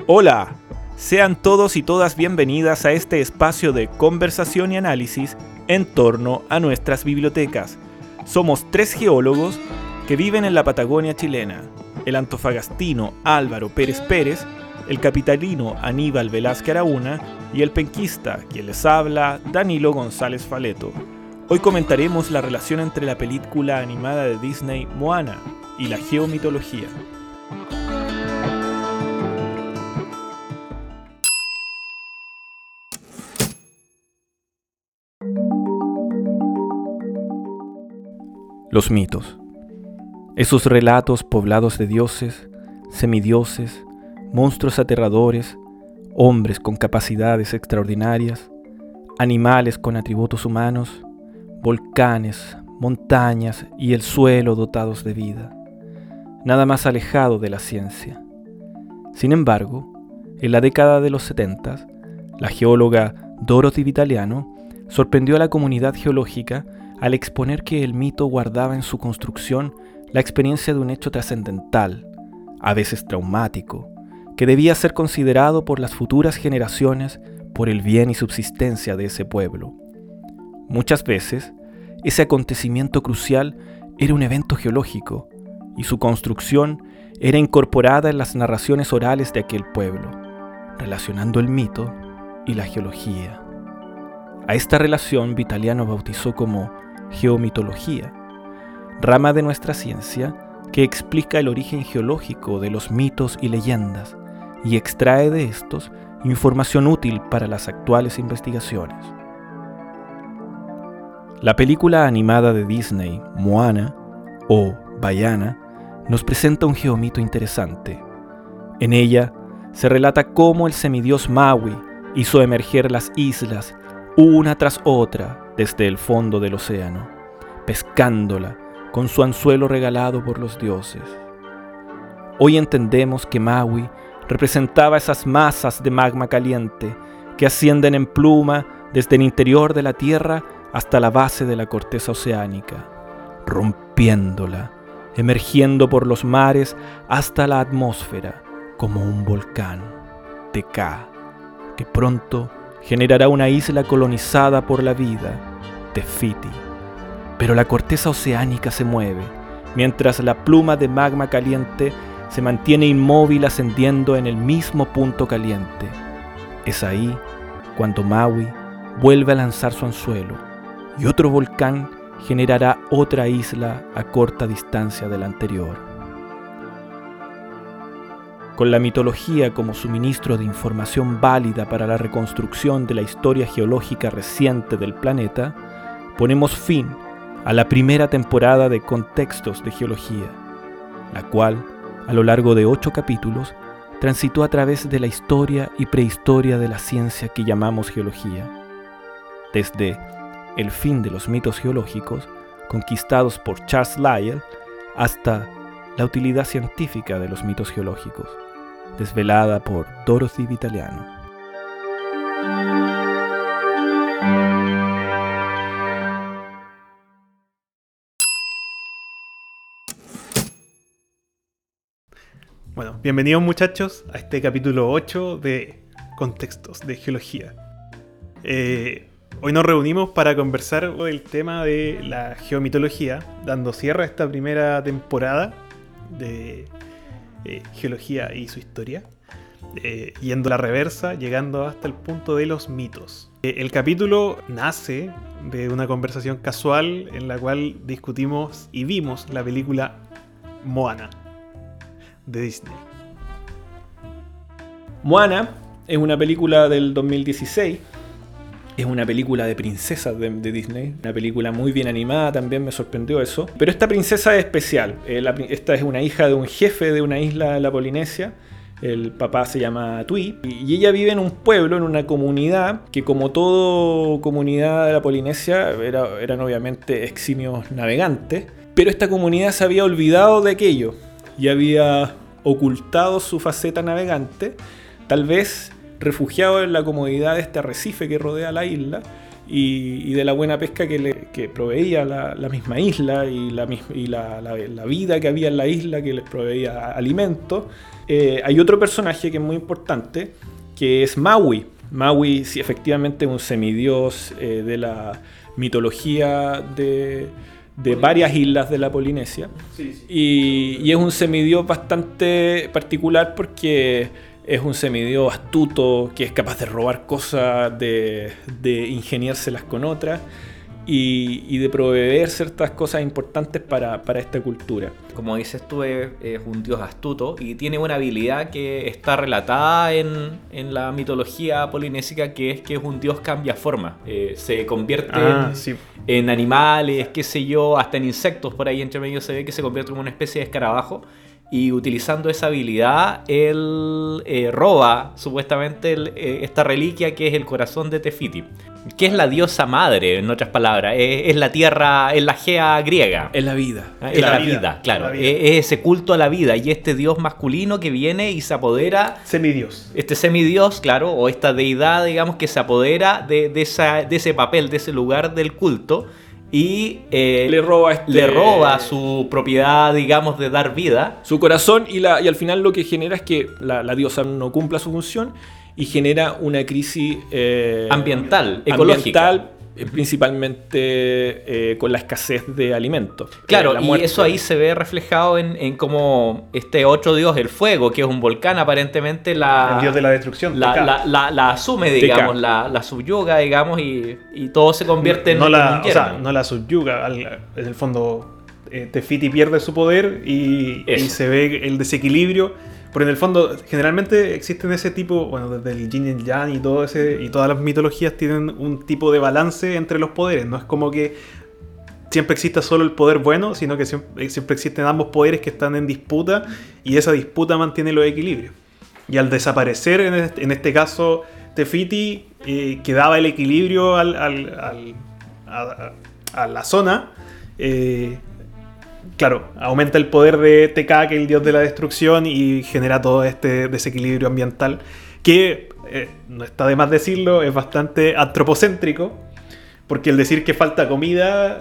Hola, sean todos y todas bienvenidas a este espacio de conversación y análisis en torno a nuestras bibliotecas. Somos 3 geólogos que viven en la Patagonia chilena, el antofagastino Álvaro Pérez Pérez, el capitalino Aníbal Velázquez Araúna y el penquista, quien les habla, Danilo González Faleto. Hoy comentaremos la relación entre la película animada de Disney Moana y la geomitología. Los mitos. Esos relatos poblados de dioses, semidioses, monstruos aterradores, hombres con capacidades extraordinarias, animales con atributos humanos, volcanes, montañas y el suelo dotados de vida. Nada más alejado de la ciencia. Sin embargo, en la década de los 70, la geóloga Dorothy Vitaliano sorprendió a la comunidad geológica al exponer que el mito guardaba en su construcción la experiencia de un hecho trascendental, a veces traumático, que debía ser considerado por las futuras generaciones por el bien y subsistencia de ese pueblo. Muchas veces, ese acontecimiento crucial era un evento geológico, y su construcción era incorporada en las narraciones orales de aquel pueblo, relacionando el mito y la geología. A esta relación Vitaliano bautizó como geomitología, rama de nuestra ciencia que explica el origen geológico de los mitos y leyendas y extrae de estos información útil para las actuales investigaciones. La película animada de Disney, Moana, o Vaiana, nos presenta un geomito interesante. En ella se relata cómo el semidios Maui hizo emerger las islas una tras otra desde el fondo del océano, pescándola con su anzuelo regalado por los dioses. Hoy entendemos que Maui representaba esas masas de magma caliente que ascienden en pluma desde el interior de la Tierra hasta la base de la corteza oceánica, rompiéndola, emergiendo por los mares hasta la atmósfera como un volcán, Te-Kā, que pronto generará una isla colonizada por la vida, Te-Fiti. Pero la corteza oceánica se mueve, mientras la pluma de magma caliente se mantiene inmóvil ascendiendo en el mismo punto caliente. Es ahí cuando Maui vuelve a lanzar su anzuelo, y otro volcán generará otra isla a corta distancia de la anterior. Con la mitología como suministro de información válida para la reconstrucción de la historia geológica reciente del planeta, ponemos fin a la primera temporada de Contextos de Geología, la cual, a lo largo de 8 capítulos, transitó a través de la historia y prehistoria de la ciencia que llamamos geología, desde el fin de los mitos geológicos, conquistados por Charles Lyell, hasta la utilidad científica de los mitos geológicos, desvelada por Dorothy Vitaliano. Bueno, bienvenidos muchachos a este capítulo 8 de Contextos de Geología. Hoy nos reunimos para conversar el tema de la geomitología, dando cierre a esta primera temporada de geología y su historia, yendo a la reversa, llegando hasta el punto de los mitos. El capítulo nace de una conversación casual en la cual discutimos y vimos la película Moana de Disney. Moana es una película del 2016. Es una película de princesas de Disney, una película muy bien animada, también me sorprendió eso. Pero esta princesa es especial. Esta es una hija de un jefe de una isla de la Polinesia. El papá se llama Tui y ella vive en un pueblo, en una comunidad que, como toda comunidad de la Polinesia, eran obviamente eximios navegantes. Pero esta comunidad se había olvidado de aquello y había ocultado su faceta navegante, tal vez refugiado en la comodidad de este arrecife que rodea la isla y de la buena pesca que que proveía la misma isla y la vida que había en la isla que les proveía alimento. Hay otro personaje que es muy importante, que es Maui. Maui, sí, efectivamente, es un semidios de la mitología de varias islas de la Polinesia. Sí. Y es un semidios bastante particular porque es un semidios astuto, que es capaz de robar cosas, de ingeniárselas con otras y de proveer ciertas cosas importantes para esta cultura. Como dices tú, es un dios astuto y tiene una habilidad que está relatada en la mitología polinésica, que es un dios cambia forma. Se convierte en animales, qué sé yo, hasta en insectos. Por ahí entre medio se ve que se convierte en una especie de escarabajo. Y utilizando esa habilidad, él roba supuestamente esta reliquia que es el corazón de Tefiti, que es la diosa madre, en otras palabras. Es la tierra, es la Gea griega. Es la vida. Es la vida, claro. Es ese culto a la vida. Y este dios masculino que viene y se apodera... Semidios. Este semidios, claro, o esta deidad, digamos, que se apodera de ese papel, de ese lugar del culto. Y le roba su propiedad, digamos, de dar vida. Su corazón y al final lo que genera es que la diosa no cumpla su función y genera una crisis ambiental, ecológica. Principalmente con la escasez de alimentos. Claro, y eso ahí se ve reflejado en cómo este otro dios, el fuego, que es un volcán, aparentemente el dios de la destrucción, la asume, digamos, la subyuga, digamos, y todo se convierte en invierno. O sea, no la subyuga, en el fondo Tefiti pierde su poder y se ve el desequilibrio. Porque en el fondo, generalmente existen ese tipo, bueno, desde el yin y el yang y todas las mitologías tienen un tipo de balance entre los poderes. No es como que siempre exista solo el poder bueno, sino que siempre existen ambos poderes que están en disputa y esa disputa mantiene los equilibrios. Y al desaparecer, en este caso, Tefiti, que daba el equilibrio a la zona, claro, aumenta el poder de TK, que es el dios de la destrucción, y genera todo este desequilibrio ambiental que, no está de más decirlo, es bastante antropocéntrico, porque el decir que falta comida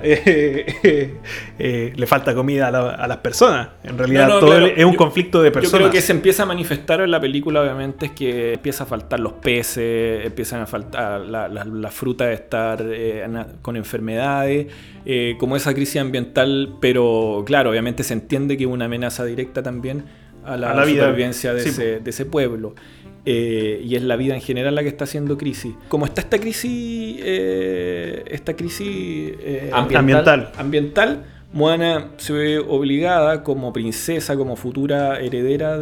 le falta comida a las personas. En realidad es un conflicto de personas. Yo creo que se empieza a manifestar en la película, obviamente, es que empieza a faltar los peces, empiezan a faltar la fruta de estar con enfermedades, como esa crisis ambiental, pero claro, obviamente se entiende que es una amenaza directa también a la supervivencia de ese pueblo. Y es la vida en general la que está haciendo crisis. Como está esta crisis ambiental, Moana se ve obligada como princesa, como futura heredera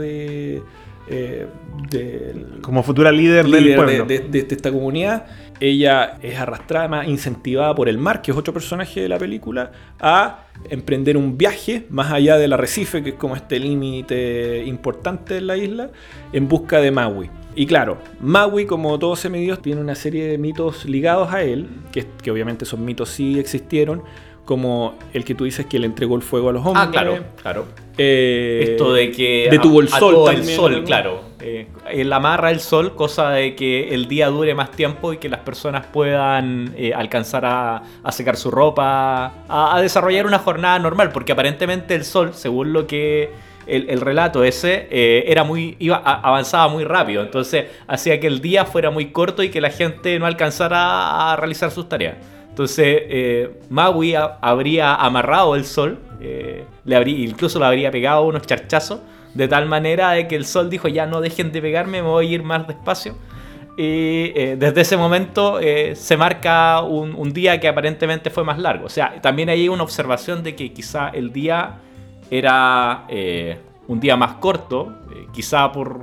como futura líder del pueblo de esta comunidad. Ella es arrastrada, incentivada por el mar, que es otro personaje de la película, a emprender un viaje más allá del arrecife, que es como este límite importante en la isla, en busca de Maui. Y claro, Maui, como todo semidios, tiene una serie de mitos ligados a él, que obviamente esos mitos sí existieron, como el que tú dices que le entregó el fuego a los hombres. Claro. Esto de que detuvo el sol también, el sol, claro. Él amarra el sol, cosa de que el día dure más tiempo y que las personas puedan alcanzar a secar su ropa, a desarrollar una jornada normal, porque aparentemente el sol, según lo que el relato ese, avanzaba muy rápido, entonces hacía que el día fuera muy corto y que la gente no alcanzara a realizar sus tareas. Entonces Maui habría amarrado el sol, incluso le habría pegado unos charchazos, de tal manera de que el sol dijo: ya no dejen de pegarme, me voy a ir más despacio. Y desde ese momento se marca un día que aparentemente fue más largo. O sea, también hay una observación de que quizá el día era un día más corto, quizá por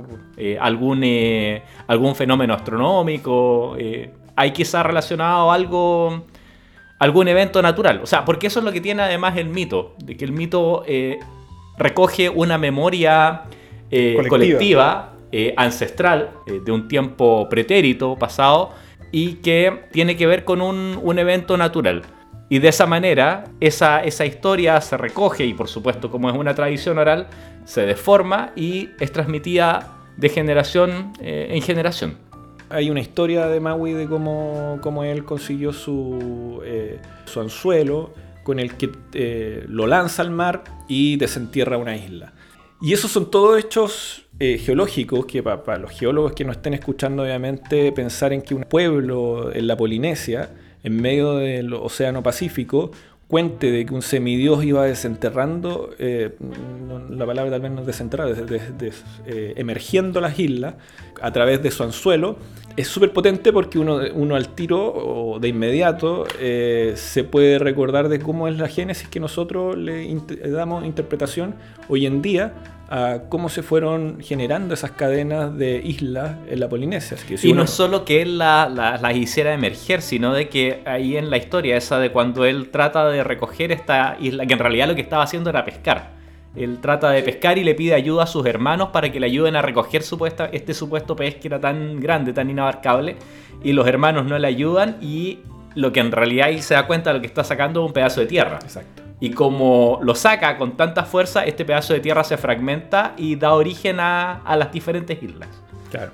algún fenómeno astronómico, hay quizá relacionado algún evento natural. O sea, porque eso es lo que tiene además el mito, de que el mito recoge una memoria colectiva, ancestral, de un tiempo pretérito, pasado, y que tiene que ver con un evento natural. Y de esa manera, esa historia se recoge y, por supuesto, como es una tradición oral, se deforma y es transmitida de generación en generación. Hay una historia de Maui de cómo él consiguió su anzuelo con el que lo lanza al mar y desentierra una isla. Y esos son todos hechos geológicos que para los geólogos que nos estén escuchando, obviamente, pensar en que un pueblo en la Polinesia, en medio del Océano Pacífico, cuente de que un semidios iba desenterrando, la palabra tal vez no es desenterrar, emergiendo las islas a través de su anzuelo, es súper potente porque uno al tiro o de inmediato se puede recordar de cómo es la génesis que nosotros le damos interpretación hoy en día a cómo se fueron generando esas cadenas de islas en la Polinesia. Que si no es solo que él las hiciera emerger, sino de que ahí en la historia esa de cuando él trata de recoger esta isla, que en realidad lo que estaba haciendo era pescar. Él trata de pescar y le pide ayuda a sus hermanos para que le ayuden a recoger este supuesto pez que era tan grande, tan inabarcable, y los hermanos no le ayudan y lo que en realidad él se da cuenta de lo que está sacando es un pedazo de tierra. Exacto. Y como lo saca con tanta fuerza, este pedazo de tierra se fragmenta y da origen a las diferentes islas. Claro.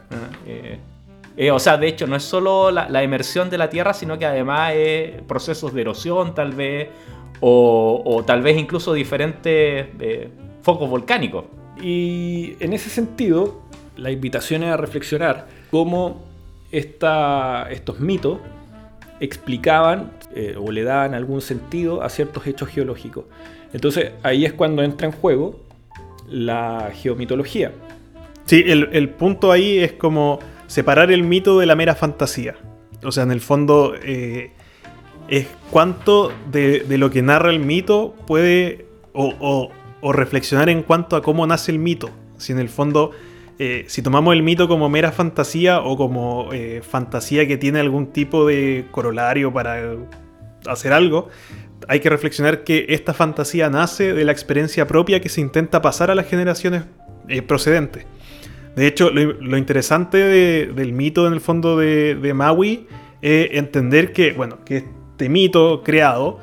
O sea, de hecho, no es solo la emersión de la tierra, sino que además es procesos de erosión, tal vez, o tal vez incluso diferentes focos volcánicos. Y en ese sentido, la invitación es a reflexionar cómo estos mitos explicaban o le daban algún sentido a ciertos hechos geológicos. Entonces ahí es cuando entra en juego la geomitología. Sí, el punto ahí es como separar el mito de la mera fantasía. O sea, en el fondo es cuánto de lo que narra el mito puede o reflexionar en cuanto a cómo nace el mito. Si en el fondo, si tomamos el mito como mera fantasía o como fantasía que tiene algún tipo de corolario para hacer algo, hay que reflexionar que esta fantasía nace de la experiencia propia que se intenta pasar a las generaciones procedentes. De hecho, lo interesante del mito en el fondo de Maui es entender que este mito creado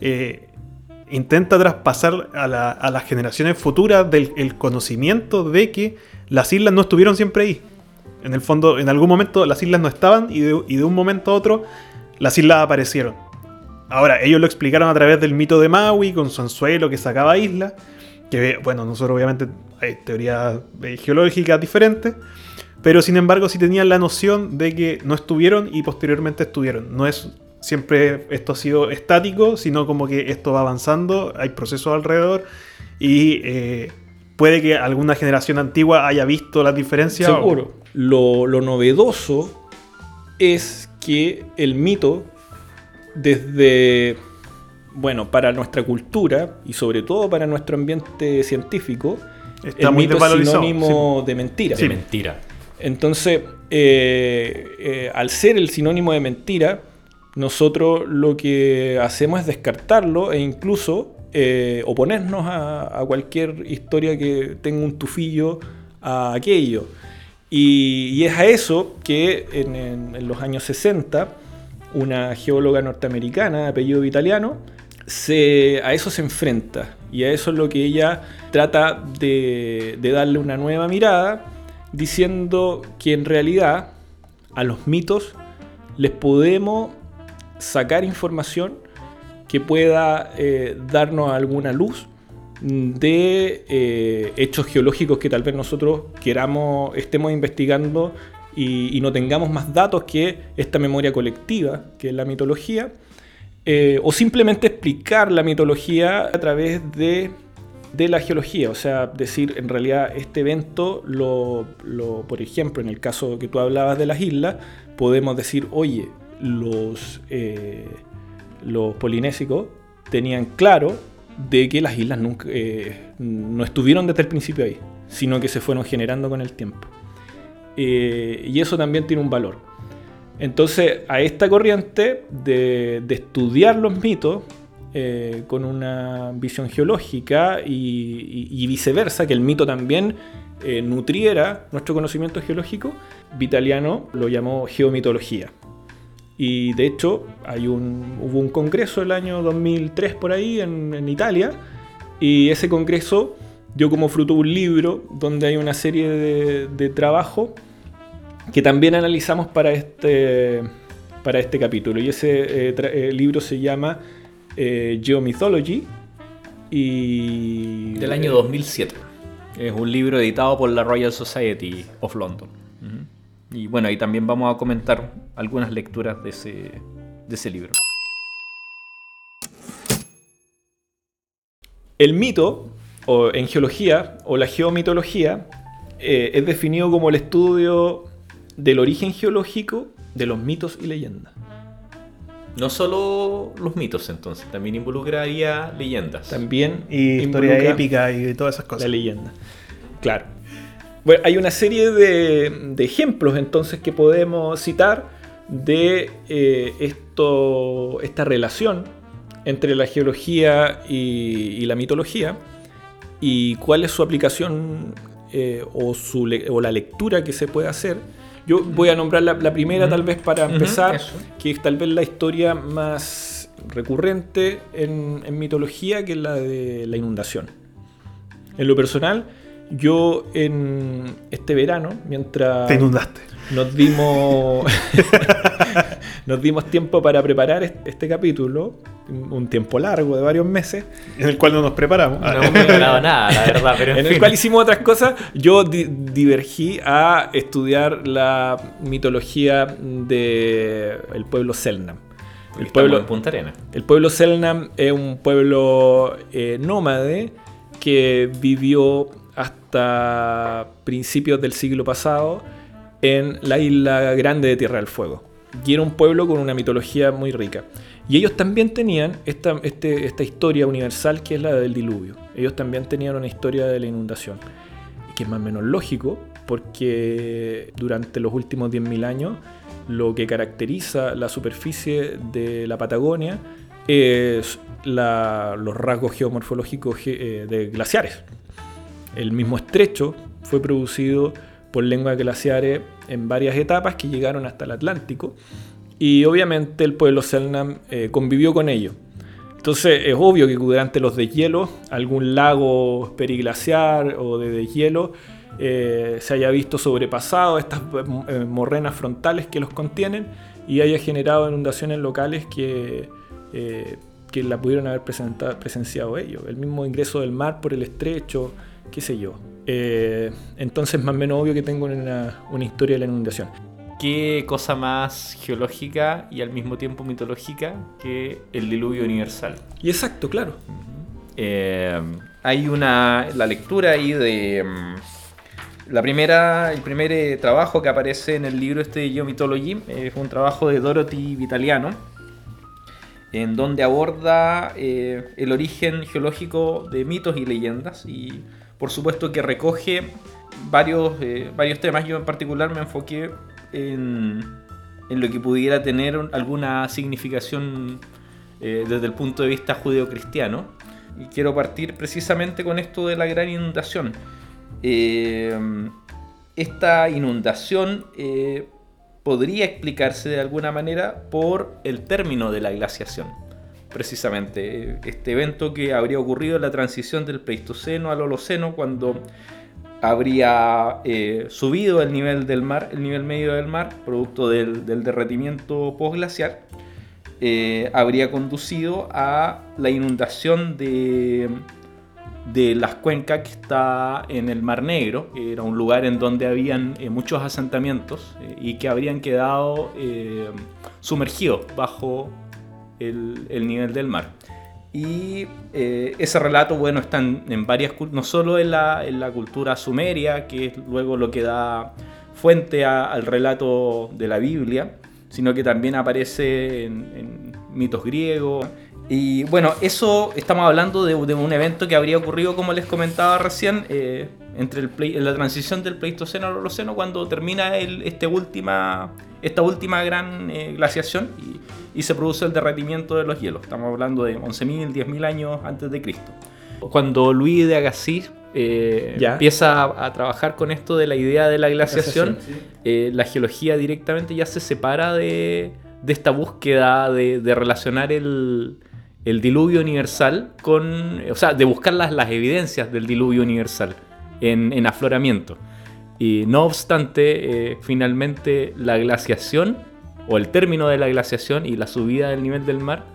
intenta traspasar a las generaciones futuras el conocimiento de que las islas no estuvieron siempre ahí. En el fondo, en algún momento las islas no estaban y de un momento a otro las islas aparecieron. Ahora, ellos lo explicaron a través del mito de Maui con su anzuelo que sacaba islas. Que, nosotros obviamente hay teorías geológicas diferentes, pero sin embargo sí tenían la noción de que no estuvieron y posteriormente estuvieron. No es siempre esto ha sido estático, sino como que esto va avanzando, hay procesos alrededor y puede que alguna generación antigua haya visto las diferencias. Seguro. Lo novedoso es que el mito, desde... para nuestra cultura y sobre todo para nuestro ambiente científico, está el muy mito es desvalorizado. sinónimo de mentira. De mentira. Entonces, al ser el sinónimo de mentira, nosotros lo que hacemos es descartarlo e incluso oponernos a cualquier historia que tenga un tufillo a aquello. Y es a eso que en los años 60, una geóloga norteamericana de apellido Vitaliano, a eso se enfrenta, y a eso es lo que ella trata de darle una nueva mirada, diciendo que en realidad a los mitos les podemos sacar información que pueda darnos alguna luz de hechos geológicos que tal vez nosotros estemos investigando y no tengamos más datos que esta memoria colectiva, que es la mitología, o simplemente explicar la mitología a través de la geología. O sea, decir, en realidad este evento, por ejemplo, en el caso que tú hablabas de las islas, podemos decir, oye, los polinésicos tenían claro de que las islas nunca, no estuvieron desde el principio ahí, sino que se fueron generando con el tiempo. Y eso también tiene un valor. Entonces, a esta corriente de estudiar los mitos con una visión geológica y viceversa, que el mito también nutriera nuestro conocimiento geológico, Vitaliano lo llamó geomitología. Y de hecho, hubo un congreso el año 2003 por ahí en Italia, y ese congreso dio como fruto un libro donde hay una serie de trabajos que también analizamos para este capítulo. Y ese libro se llama Geomythology. Y del año 2007. Es un libro editado por la Royal Society of London. Y bueno, ahí también vamos a comentar algunas lecturas de ese libro. El mito, o en geología, o la geomitología, es definido como el estudio del origen geológico de los mitos y leyendas. No solo los mitos, entonces, también involucraría leyendas. También Y historia épica y todas esas cosas. La leyenda. Claro. Bueno, hay una serie de ejemplos entonces que podemos citar de esta relación entre la geología y la mitología, y cuál es su aplicación o la lectura que se puede hacer. Yo voy a nombrar la primera tal vez para empezar, que es tal vez la historia más recurrente en mitología, que es la de la inundación. En lo personal, yo en este verano, mientras te inundaste, nos dimos tiempo para preparar este capítulo, un tiempo largo de varios meses, en el cual no nos preparamos. No hemos preparado nada, la verdad, pero en el cual hicimos otras cosas. Yo divergí a estudiar la mitología del pueblo Selknam. El pueblo en Punta Arenas. El pueblo Selknam es un pueblo nómade que vivió hasta principios del siglo pasado en la isla grande de Tierra del Fuego. Y era un pueblo con una mitología muy rica. Y ellos también tenían esta historia universal, que es la del diluvio. Ellos también tenían una historia de la inundación. Y que es más o menos lógico, porque durante los últimos 10.000 años lo que caracteriza la superficie de la Patagonia es los rasgos geomorfológicos de glaciares. El mismo estrecho fue producido por lenguas glaciares en varias etapas que llegaron hasta el Atlántico, y obviamente el pueblo Selknam convivió con ello. Entonces es obvio que durante los deshielos, algún lago periglaciar o de deshielo se haya visto sobrepasado estas morrenas frontales que los contienen y haya generado inundaciones locales que la pudieron haber presenciado ellos. El mismo ingreso del mar por el estrecho, qué sé yo. Entonces más o menos obvio que tengo una historia de la inundación. ¿Qué cosa más geológica y al mismo tiempo mitológica que el diluvio universal? Y exacto, claro. Hay la lectura ahí de el primer trabajo que aparece en el libro de Geomythology, es un trabajo de Dorothy Vitaliano, en donde aborda el origen geológico de mitos y leyendas, y por supuesto que recoge varios temas. Yo en particular me enfoqué en lo que pudiera tener alguna significación desde el punto de vista judeocristiano, y quiero partir precisamente con esto de la gran inundación. Esta inundación podría explicarse de alguna manera por el término de la glaciación. Precisamente este evento que habría ocurrido en la transición del Pleistoceno al Holoceno, cuando habría subido el nivel del mar, el nivel medio del mar, producto del derretimiento posglaciar, habría conducido a la inundación de las cuencas que está en el Mar Negro, que era un lugar en donde habían muchos asentamientos y que habrían quedado sumergidos bajo el nivel del mar. Y ese relato, bueno, está en varias, no solo en la cultura sumeria, que es luego lo que da fuente al relato de la Biblia, sino que también aparece en mitos griegos. Y bueno, eso estamos hablando de un evento que habría ocurrido, como les comentaba recién, entre la transición del Pleistoceno al Holoceno, cuando termina esta última gran glaciación y se produce el derretimiento de los hielos. Estamos hablando de 11.000, 10.000 años antes de Cristo. Cuando Louis de Agassiz empieza a trabajar con esto de la idea de la glaciación, la geología directamente ya se separa de esta búsqueda de relacionar el diluvio universal con, o sea, de buscar las evidencias del diluvio universal en afloramiento. Y no obstante, finalmente la glaciación, o el término de la glaciación y la subida del nivel del mar,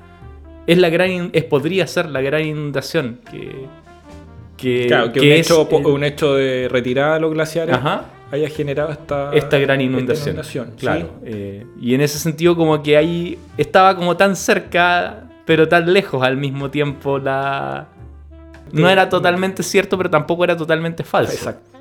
podría ser la gran inundación Claro, que un hecho de retirada de los glaciares haya generado esta gran inundación. Claro. ¿Sí? Y en ese sentido, como que ahí estaba como tan cerca, pero tan lejos al mismo tiempo. No era totalmente cierto, pero tampoco era totalmente falso. Exacto.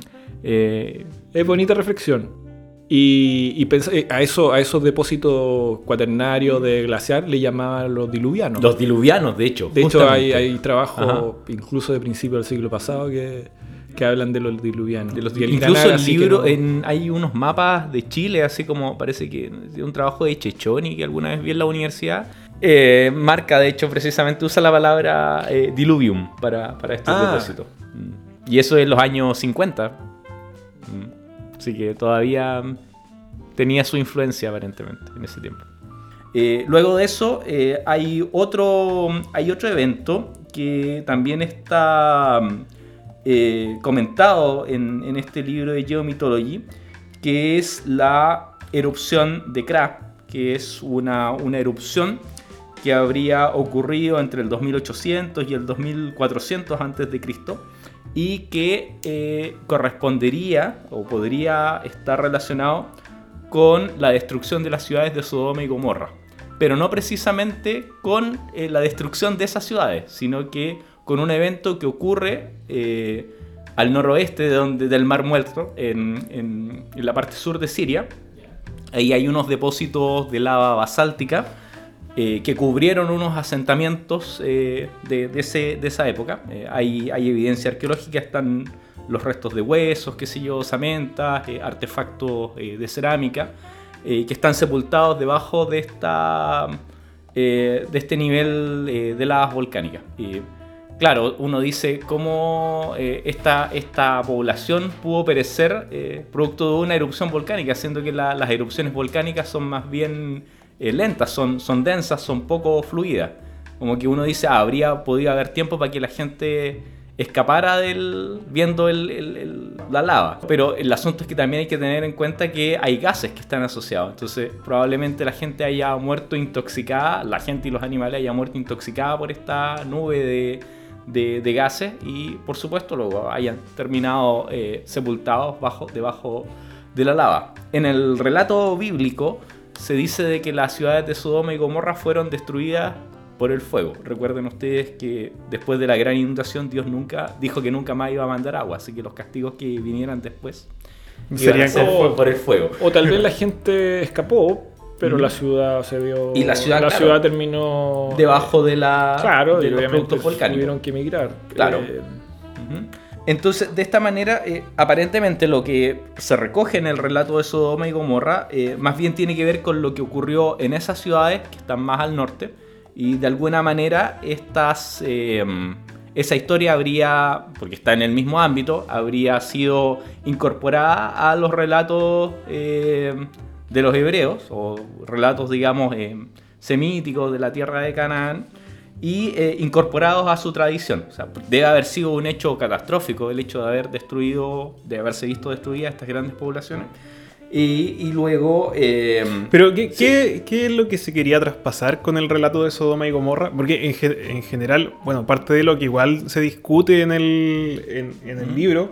Es bonita reflexión. Y a esos depósitos cuaternarios de glaciar le llamaban los diluvianos. Los diluvianos, de hecho. De hecho, hay trabajos incluso de principios del siglo pasado que hablan de los diluvianos. Incluso el libro, hay unos mapas de Chile, así como parece que de un trabajo de Chechoni que alguna vez vi en la universidad. Marca, de hecho, precisamente usa la palabra diluvium para estos depósitos. Y eso en los años 50. Así que todavía tenía su influencia aparentemente en ese tiempo. Luego de eso hay otro evento que también está comentado en este libro de Geomythology, que es la erupción de Kra, que es una erupción que habría ocurrido entre el 2800 y el 2400 a.C., y que correspondería o podría estar relacionado con la destrucción de las ciudades de Sodoma y Gomorra, pero no precisamente con la destrucción de esas ciudades, sino que con un evento que ocurre al noroeste del Mar Muerto, en la parte sur de Siria. Ahí hay unos depósitos de lava basáltica que cubrieron unos asentamientos de esa época. Hay evidencia arqueológica, están los restos de huesos, qué sé yo, osamentas, artefactos de cerámica, que están sepultados debajo de este nivel de lavas volcánicas. Claro, uno dice cómo esta población pudo perecer producto de una erupción volcánica, siendo que las erupciones volcánicas son más bien lentas, son densas, son poco fluidas. Como que uno dice, habría podido haber tiempo para que la gente escapara viendo la lava. Pero el asunto es que también hay que tener en cuenta que hay gases que están asociados. Entonces probablemente la gente haya muerto intoxicada, la gente y los animales hayan muerto intoxicada por esta nube de gases, y por supuesto luego hayan terminado sepultados debajo de la lava. En el relato bíblico se dice de que las ciudades de Sodoma y Gomorra fueron destruidas por el fuego. Recuerden ustedes que después de la gran inundación Dios dijo que nunca más iba a mandar agua, así que los castigos que vinieran después serían por el fuego. O tal vez la gente escapó, pero la ciudad se vio... Y la ciudad terminó... debajo de y los productos volcánicos. Tuvieron que emigrar. Claro. Entonces, de esta manera, aparentemente lo que se recoge en el relato de Sodoma y Gomorra más bien tiene que ver con lo que ocurrió en esas ciudades que están más al norte, y de alguna manera esa historia habría, porque está en el mismo ámbito, habría sido incorporada a los relatos de los hebreos, o relatos, digamos, semíticos de la tierra de Canaán, y incorporados a su tradición. O sea, debe haber sido un hecho catastrófico el hecho de haberse visto destruidas estas grandes poblaciones. Y luego... Pero, ¿qué es lo que se quería traspasar con el relato de Sodoma y Gomorra? Porque en general, bueno, parte de lo que igual se discute en el libro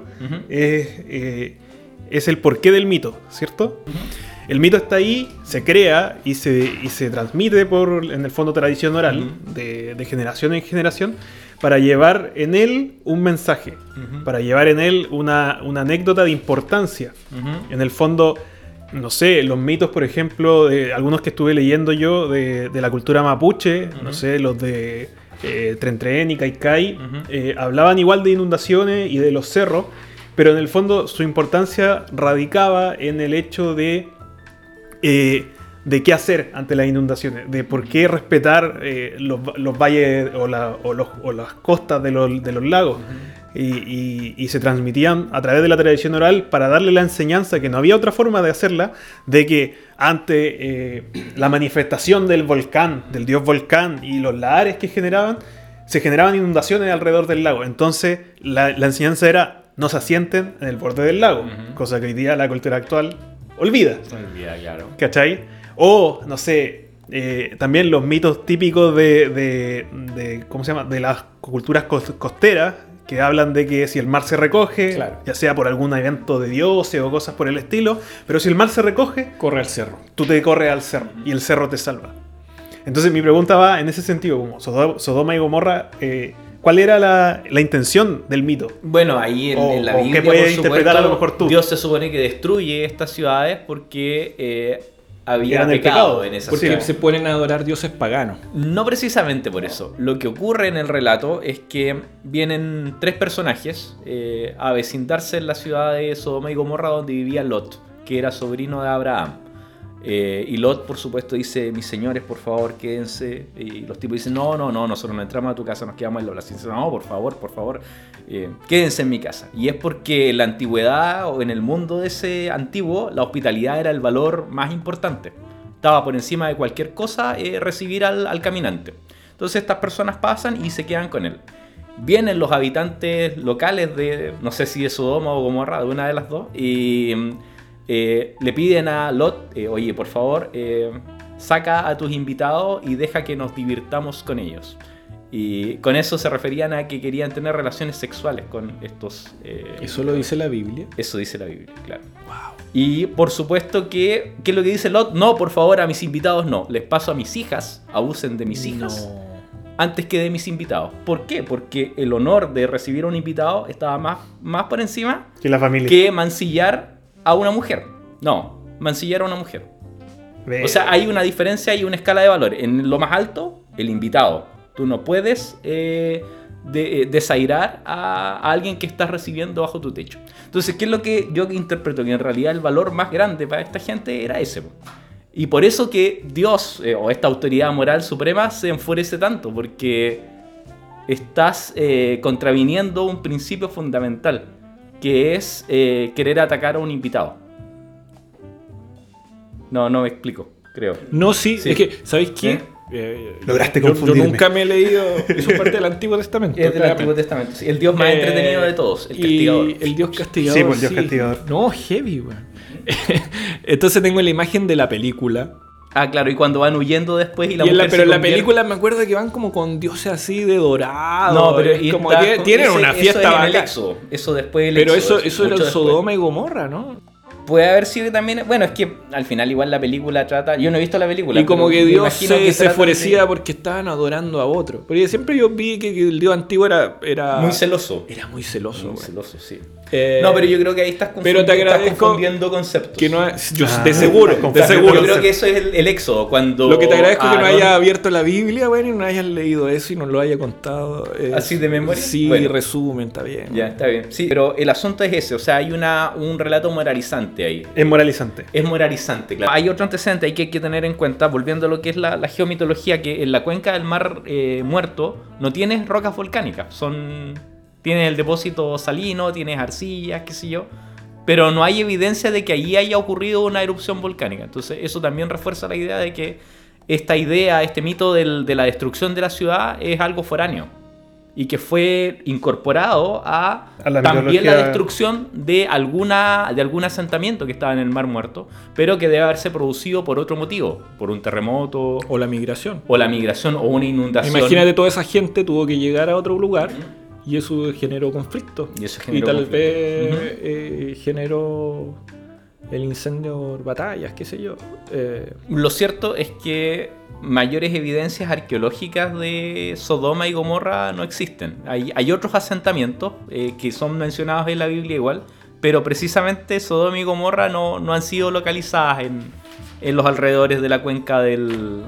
es el porqué del mito, ¿cierto? El mito está ahí, se crea y se transmite en el fondo, tradición oral, de generación en generación, para llevar en él un mensaje, para llevar en él una anécdota de importancia. En el fondo, no sé, los mitos, por ejemplo, de algunos que estuve leyendo yo de la cultura mapuche, no sé, los de Tren Tren y Caicay, hablaban igual de inundaciones y de los cerros, pero en el fondo su importancia radicaba en el hecho de qué hacer ante las inundaciones, de por qué respetar los valles o las costas de los lagos. Y se transmitían a través de la tradición oral para darle la enseñanza, que no había otra forma de hacerla, de que ante la manifestación del volcán, del dios volcán y los lahares que se generaban inundaciones alrededor del lago. Entonces la enseñanza era: no se asienten en el borde del lago, cosa que hoy día la cultura actual olvida. Claro. ¿Cachai? O, no sé, también los mitos típicos de ¿cómo se llama? De las culturas costeras, que hablan de que si el mar se recoge, Claro. ya sea por algún evento de dioses o cosas por el estilo, pero si el mar se recoge, Corre al cerro. tú te corres al cerro y el cerro te salva. Entonces mi pregunta va en ese sentido, como Sodoma y Gomorra, ¿cuál era la intención del mito? Bueno, ahí en la o Biblia, qué puedes por interpretar supuesto, a lo mejor tú. Dios se supone que destruye estas ciudades porque había Eran el pecado pecado, en esas Porque ciudades. se ponen a adorar dioses paganos. No precisamente por eso. Lo que ocurre en el relato es que vienen 3 personajes a vecindarse en la ciudad de Sodoma y Gomorra, donde vivía Lot, que era sobrino de Abraham. Y Lot, por supuesto, dice: mis señores, por favor, quédense. Y los tipos dicen: no, nosotros no entramos a tu casa, nos quedamos en Lot. Y dicen: no, por favor, quédense en mi casa. Y es porque en la antigüedad, o en el mundo de ese antiguo, la hospitalidad era el valor más importante. Estaba por encima de cualquier cosa recibir al caminante. Entonces estas personas pasan y se quedan con él. Vienen los habitantes locales de, no sé si de Sodoma o Gomorra, de una de las dos, y le piden a Lot: oye, por favor, saca a tus invitados y deja que nos divirtamos con ellos. Y con eso se referían a que querían tener relaciones sexuales con estos... Eso lo dice la Biblia. Eso dice la Biblia, claro. Wow. Y por supuesto que... ¿Qué es lo que dice Lot? No, por favor, a mis invitados no. Les paso a mis hijas, abusen de mis hijas, antes que de mis invitados. ¿Por qué? Porque el honor de recibir a un invitado estaba más por encima Que la familia. que mancillar a una mujer. No, mancillar a una mujer. O sea, hay una diferencia y una escala de valor. En lo más alto, el invitado. Tú no puedes desairar a alguien que estás recibiendo bajo tu techo. Entonces, ¿qué es lo que yo interpreto? Que en realidad el valor más grande para esta gente era ese. Y por eso que Dios, o esta autoridad moral suprema, se enfurece tanto. Porque estás contraviniendo un principio fundamental, que es querer atacar a un invitado. No me explico, creo. No, sí, Sí. es que, ¿sabéis qué? ¿Sí? Lograste Yo confundirme. nunca me he leído. Eso es parte del Antiguo Testamento. Es del claramente. Antiguo Testamento, sí. El Dios más entretenido de todos, el y castigador. El Dios castigador. Sí, pues el Dios castigador. No, heavy, weón. Entonces tengo la imagen de la película. Ah, claro, y cuando van huyendo después y la Y en mujer pero se en la convierte- película me acuerdo que van como con dioses así de dorado. No, pero es y como está- tienen ese- una eso fiesta es en el bacán. Éxodo. Eso después del Pero Éxodo, eso era mucho el después. Sodoma y Gomorra, ¿no? Puede haber sido también... Bueno, es que al final igual la película trata... Yo no he visto la película. Y como pero que me Dios imagino que se tratan enfurecía de- porque estaban adorando a otro. Porque siempre yo vi que el Dios antiguo era Muy celoso. Era muy celoso, Muy güey. celoso, sí. Eh, No, pero yo creo que ahí estás pero te agradezco estás confundiendo conceptos. Que no yo, Ah, de seguro, estás de Yo seguro. creo que eso es el Éxodo, cuando... Lo que te agradezco es que no Aarón- haya abierto la Biblia, güey, y no hayas leído eso y nos lo haya contado. ¿Así de memoria? Sí, Bueno. resumen, está bien. Ya, está bien. Sí, pero el asunto es ese, o sea, hay un relato moralizante ahí. Es moralizante. Es moralizante, claro. Hay otro antecedente ahí que hay que tener en cuenta, volviendo a lo que es la geomitología, que en la cuenca del Mar Muerto no tienes rocas volcánicas, tienes el depósito salino, tienes arcillas, qué sé yo, pero no hay evidencia de que allí haya ocurrido una erupción volcánica. Entonces eso también refuerza la idea de que esta idea, este mito de la destrucción de la ciudad es algo foráneo y que fue incorporado a la también mitología. la destrucción de algún asentamiento que estaba en el Mar Muerto, pero que debe haberse producido por otro motivo, por un terremoto O la migración. o la migración o una inundación. Imagínate, toda esa gente tuvo que llegar a otro lugar y eso generó conflicto. Y eso generó tal conflicto. vez generó el incendio, batallas, qué sé yo. Lo cierto es que mayores evidencias arqueológicas de Sodoma y Gomorra no existen. Hay otros asentamientos que son mencionados en la Biblia igual, pero precisamente Sodoma y Gomorra no han sido localizadas en los alrededores de la cuenca del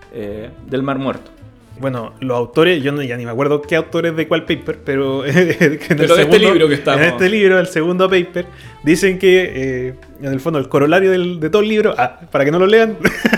Mar Muerto. Bueno, los autores, yo ya ni me acuerdo qué autores de cuál paper, pero, en el Pero de este libro que estamos. En este libro, el segundo paper, dicen que, en el fondo, el corolario de todo el libro, para que no lo lean,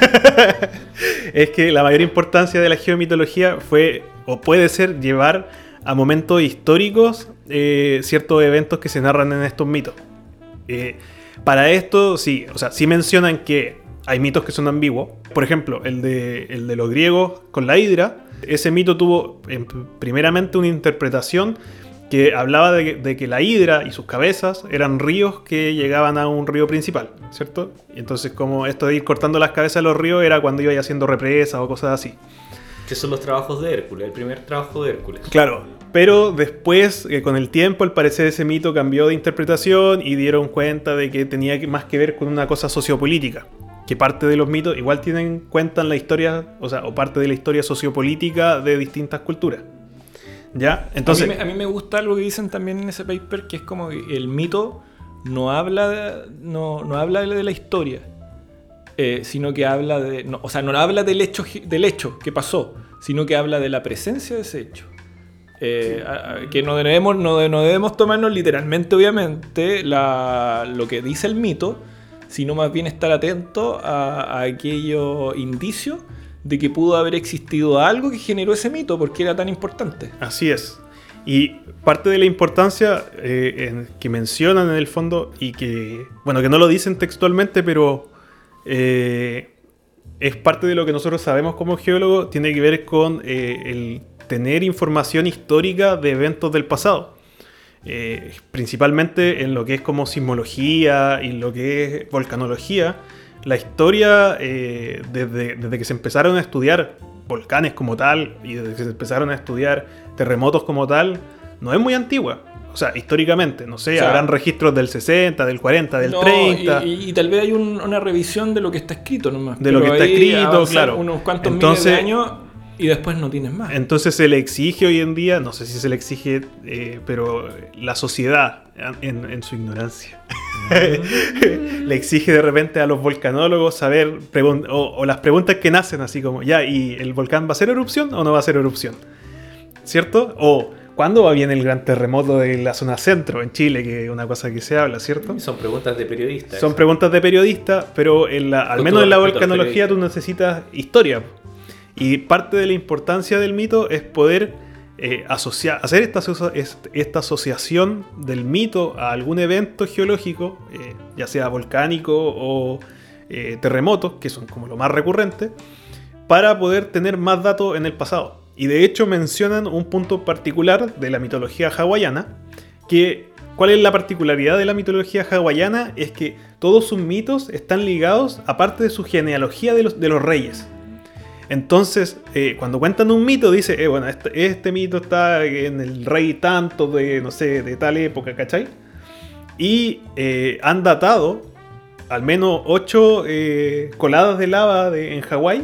es que la mayor importancia de la geomitología fue, o puede ser, llevar a momentos históricos ciertos eventos que se narran en estos mitos. Para esto, sí, o sea, sí mencionan que hay mitos que son ambiguos. Por ejemplo, el de los griegos con la hidra. Ese mito tuvo primeramente una interpretación que hablaba de que la hidra y sus cabezas eran ríos que llegaban a un río principal, ¿cierto? Y entonces como esto de ir cortando las cabezas de los ríos era cuando iba haciendo represas o cosas así. Que son los trabajos de Hércules, el primer trabajo de Hércules. Claro, pero después, con el tiempo, al parecer ese mito cambió de interpretación y dieron cuenta de que tenía más que ver con una cosa sociopolítica. Que parte de los mitos igual cuentan la historia, o parte de la historia sociopolítica de distintas culturas. ¿Ya? Entonces, a mí me gusta algo que dicen también en ese paper, que es como que el mito no habla de la historia, sino que habla de... No habla del hecho que pasó, sino que habla de la presencia de ese hecho. Que no debemos tomarnos literalmente, obviamente, lo que dice el mito, sino más bien estar atento a aquellos indicios de que pudo haber existido algo que generó ese mito, porque era tan importante. Así es. Y parte de la importancia que mencionan en el fondo, y que no lo dicen textualmente, pero es parte de lo que nosotros sabemos como geólogos, tiene que ver con el tener información histórica de eventos del pasado. Principalmente en lo que es como sismología y lo que es volcanología. La historia, desde que se empezaron a estudiar volcanes como tal y desde que se empezaron a estudiar terremotos como tal, no es muy antigua. O sea, históricamente, no sé, habrán registros del 60, del 40, del 30. Y tal vez hay una revisión de lo que está escrito nomás. De lo que está escrito, claro. Unos cuantos miles de años y después no tienes más. Entonces se le exige hoy en día, no sé si se le exige, pero la sociedad, en su ignorancia, le exige de repente a los volcanólogos saber, o las preguntas que nacen así como, ¿y el volcán va a hacer erupción o no va a hacer erupción? ¿Cierto? O ¿cuándo va bien el gran terremoto de la zona centro en Chile? Que es una cosa que se habla, ¿cierto? Son preguntas de periodistas. Son preguntas de periodistas, pero al menos en la volcanología tú necesitas historia. Y parte de la importancia del mito es poder hacer esta asociación del mito a algún evento geológico, ya sea volcánico o terremotos, que son como lo más recurrente, para poder tener más datos en el pasado. Y de hecho mencionan un punto particular de la mitología hawaiana, ¿cuál es la particularidad de la mitología hawaiana? Es que todos sus mitos están ligados, aparte de su genealogía de los reyes. Entonces, cuando cuentan un mito, dice, este mito está en el rey tanto de, no sé, de tal época, ¿cachai? Y han datado al menos 8 coladas de lava en Hawái,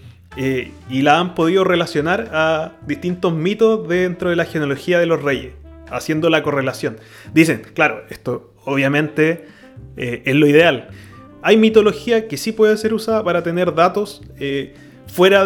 y la han podido relacionar a distintos mitos dentro de la genealogía de los reyes, haciendo la correlación. Dicen, claro, esto obviamente es lo ideal. Hay mitología que sí puede ser usada para tener datos fuera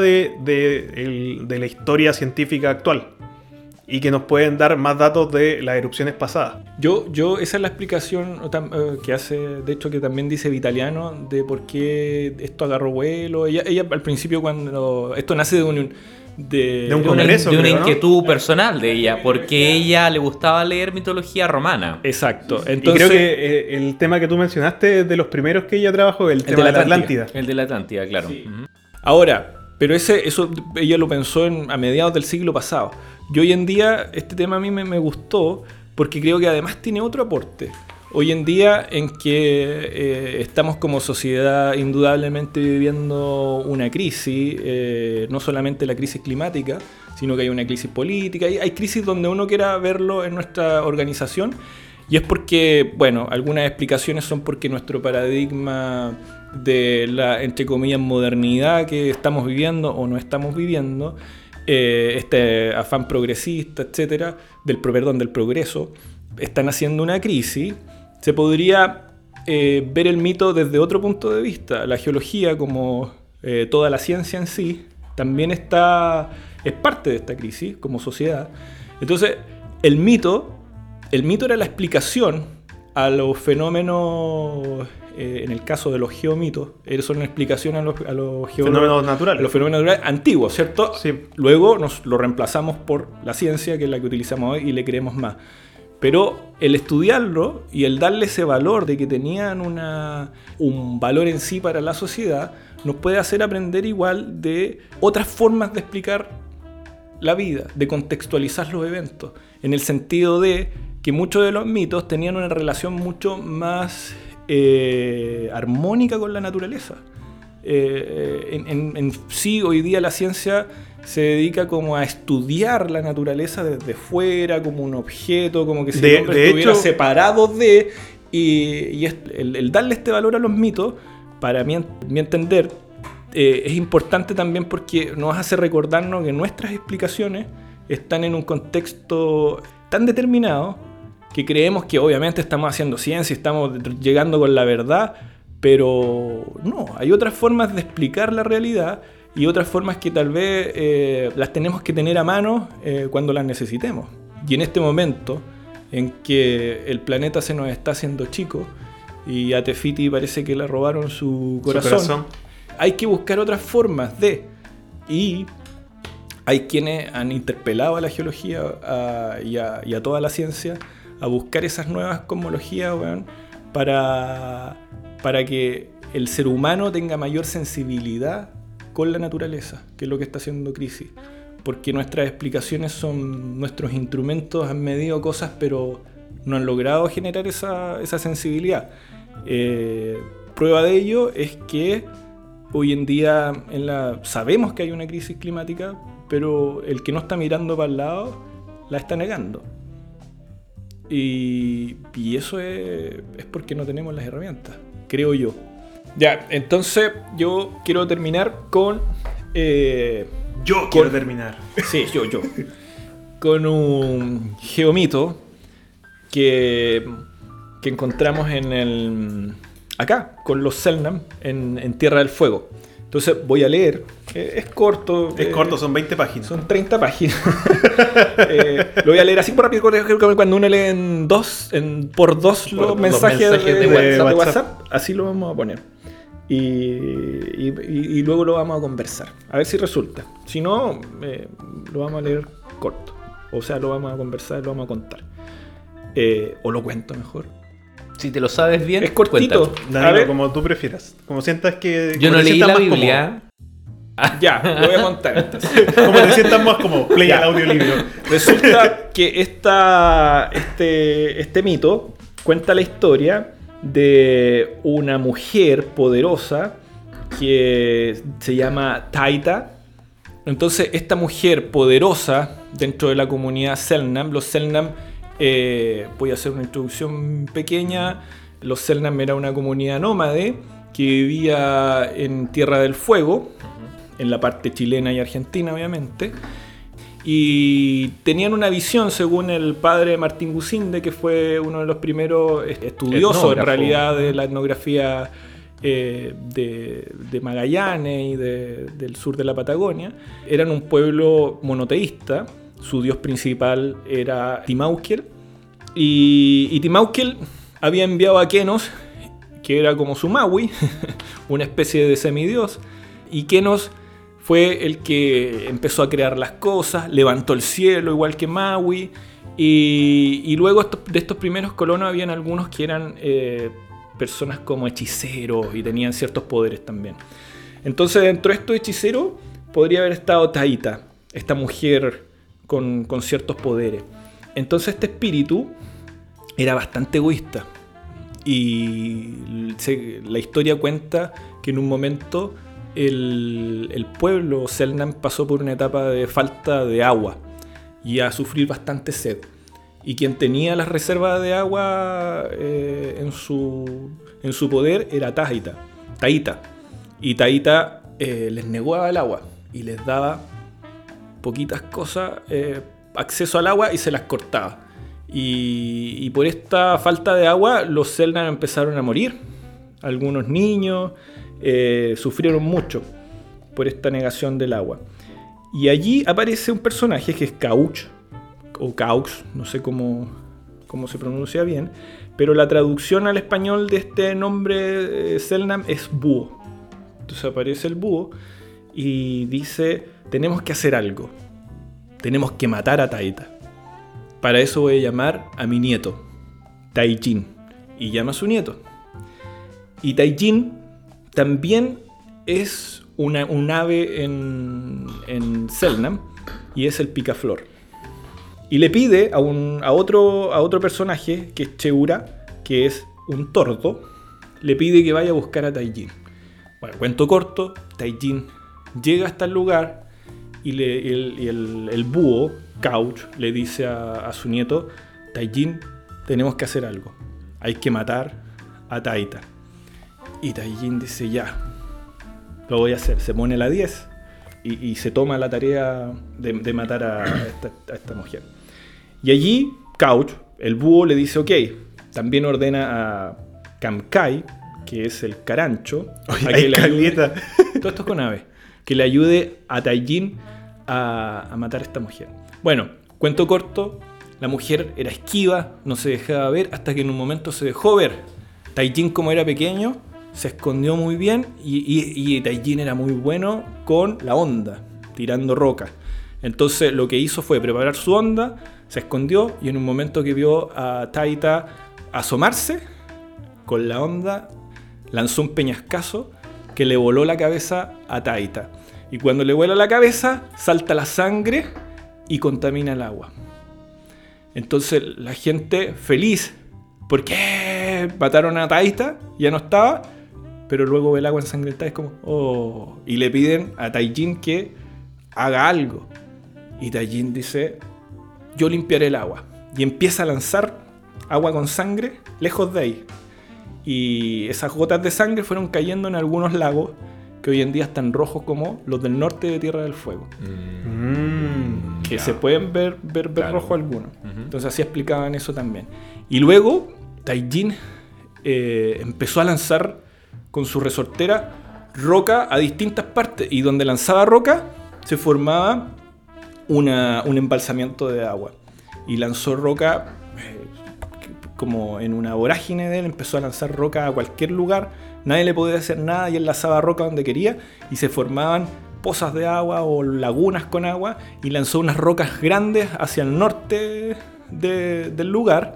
de la historia científica actual y que nos pueden dar más datos de las erupciones pasadas. Esa es la explicación que hace, de hecho, que también dice Vitaliano, de por qué esto agarró vuelo. Ella al principio, cuando esto nace de un congreso, de una inquietud personal de ella, porque ella le gustaba leer mitología romana. Exacto. Entonces, y creo que el tema que tú mencionaste es de los primeros que ella trabajó, el tema de la Atlántida. El de la Atlántida, claro. Sí. Ahora, pero eso ella lo pensó a mediados del siglo pasado. Y hoy en día este tema a mí me gustó porque creo que además tiene otro aporte. Hoy en día en que estamos como sociedad indudablemente viviendo una crisis, no solamente la crisis climática, sino que hay una crisis política, hay crisis donde uno quiera verlo en nuestra organización, y es porque, algunas explicaciones son porque nuestro paradigma de la, entre comillas, modernidad que estamos viviendo o no estamos viviendo, este afán progresista, etcétera, del progreso, están haciendo una crisis. Se podría ver el mito desde otro punto de vista. La geología, como toda la ciencia en sí, también es parte de esta crisis como sociedad. Entonces, el mito era la explicación a los fenómenos, en el caso de los geomitos, son una explicación a los fenómenos naturales. A los fenómenos naturales antiguos, ¿cierto? Sí. Luego lo reemplazamos por la ciencia, que es la que utilizamos hoy, y le creemos más. Pero el estudiarlo y el darle ese valor de que tenían un valor en sí para la sociedad, nos puede hacer aprender igual de otras formas de explicar la vida, de contextualizar los eventos, en el sentido de que muchos de los mitos tenían una relación mucho más armónica con la naturaleza. En sí, hoy día la ciencia se dedica como a estudiar la naturaleza desde fuera, como un objeto, como que si el hombre estuviera separado de... Y el darle este valor a los mitos, para mi entender, es importante también porque nos hace recordarnos que nuestras explicaciones están en un contexto tan determinado que creemos que obviamente estamos haciendo ciencia y estamos llegando con la verdad, pero no, hay otras formas de explicar la realidad y otras formas que tal vez las tenemos que tener a mano cuando las necesitemos. Y en este momento en que el planeta se nos está haciendo chico y a Tefiti parece que le robaron su corazón, hay que buscar otras formas de... Y hay quienes han interpelado a la geología y a toda la ciencia a buscar esas nuevas cosmologías, bueno, para que el ser humano tenga mayor sensibilidad con la naturaleza, que es lo que está haciendo Crisis. Porque nuestras explicaciones son nuestros instrumentos, han medido cosas, pero no han logrado generar esa sensibilidad. Prueba de ello es que hoy en día sabemos que hay una crisis climática, pero el que no está mirando para el lado la está negando. Y eso es porque no tenemos las herramientas, creo yo. Ya, entonces yo quiero terminar con... quiero terminar. Sí, yo. Con un geomito que encontramos acá, con los Selknam, en Tierra del Fuego. Entonces voy a leer. Es corto. Es corto, son 20 páginas. Son 30 páginas. Lo voy a leer así por rápido, cuando uno lee por dos los mensajes de WhatsApp. Así lo vamos a poner. Y luego lo vamos a conversar. A ver si resulta. Si no, lo vamos a leer corto. O sea, lo vamos a conversar, lo vamos a contar. O lo cuento mejor. Si te lo sabes bien, es cortito. Danilo, como tú prefieras. Como sientas que... Yo no leí la Biblia. Ya, lo voy a contar entonces. Como te sientas más como play al audiolibro. Resulta que este mito cuenta la historia de una mujer poderosa que se llama Taita. Entonces, esta mujer poderosa dentro de la comunidad Selknam, los Selknam, voy a hacer una introducción pequeña. Los Selknam era una comunidad nómade que vivía en Tierra del Fuego, en la parte chilena y argentina, obviamente. Y tenían una visión, según el padre Martín Gusinde, que fue uno de los primeros estudiosos, en realidad, de la etnografía de Magallanes y del sur de la Patagonia. Eran un pueblo monoteísta. Su dios principal era Timauquel. Y Timauquel había enviado a Kenos, que era como su Maui, una especie de semidios. Y Kenos fue el que empezó a crear las cosas, levantó el cielo igual que Maui. Y luego de estos primeros colonos habían algunos que eran personas como hechiceros y tenían ciertos poderes también. Entonces, dentro de estos hechiceros podría haber estado Taita, esta mujer con ciertos poderes. Entonces este espíritu era bastante egoísta. Y la historia cuenta que en un momento el pueblo Selknam pasó por una etapa de falta de agua y a sufrir bastante sed. Y quien tenía las reservas de agua en su poder era Taita. Y Taita les negaba el agua y les daba poquitas cosas, acceso al agua, y se las cortaba. Y por esta falta de agua los Selknam empezaron a morir. Algunos niños sufrieron mucho por esta negación del agua. Y allí aparece un personaje que es Cauch, o Caux, no sé cómo se pronuncia bien, pero la traducción al español de este nombre Selknam es búho. Entonces aparece el búho y dice: tenemos que hacer algo, tenemos que matar a Taita. Para eso voy a llamar a mi nieto, Taijin. Y llama a su nieto. Y Taijin también es un ave en Selknam, y es el picaflor. Y le pide a otro personaje, que es Cheura, que es un tordo, le pide que vaya a buscar a Taijin. Bueno, cuento corto, Taijin llega hasta el lugar y el búho, Couch, le dice a su nieto: Taijin, tenemos que hacer algo. Hay que matar a Taita. Y Taijin dice: ya, lo voy a hacer. Se pone la 10 y se toma la tarea de matar a esta mujer. Y allí Couch, el búho, le dice: ok, también ordena a Kamkai, que es el carancho, Oye, a que hay le ayude, caleta. todo esto es con ave, que le ayude a Taijin a matar a esta mujer. Bueno, cuento corto, la mujer era esquiva, no se dejaba ver, hasta que en un momento se dejó ver. Taijin, como era pequeño, se escondió muy bien y Taijin era muy bueno con la onda, tirando rocas. Entonces lo que hizo fue preparar su onda, se escondió y en un momento que vio a Taita asomarse, con la onda lanzó un peñascazo que le voló la cabeza a Taita. Y cuando le vuela la cabeza, salta la sangre y contamina el agua. Entonces la gente feliz, porque mataron a Taita, ya no estaba, pero luego ve el agua ensangrentada y es como, oh, y le piden a Taijin que haga algo. Y Taijin dice: yo limpiaré el agua. Y empieza a lanzar agua con sangre lejos de ahí. Y esas gotas de sangre fueron cayendo en algunos lagos que hoy en día están rojos como los del norte de Tierra del Fuego. Que se pueden ver Claro. rojo algunos. Entonces así explicaban eso también. Y luego Taijin empezó a lanzar con su resortera roca a distintas partes. Y donde lanzaba roca se formaba un embalsamiento de agua. Y lanzó roca como en una vorágine de él, empezó a lanzar roca a cualquier lugar. Nadie le podía hacer nada y él lanzaba roca donde quería y se formaban pozas de agua o lagunas con agua, y lanzó unas rocas grandes hacia el norte del lugar,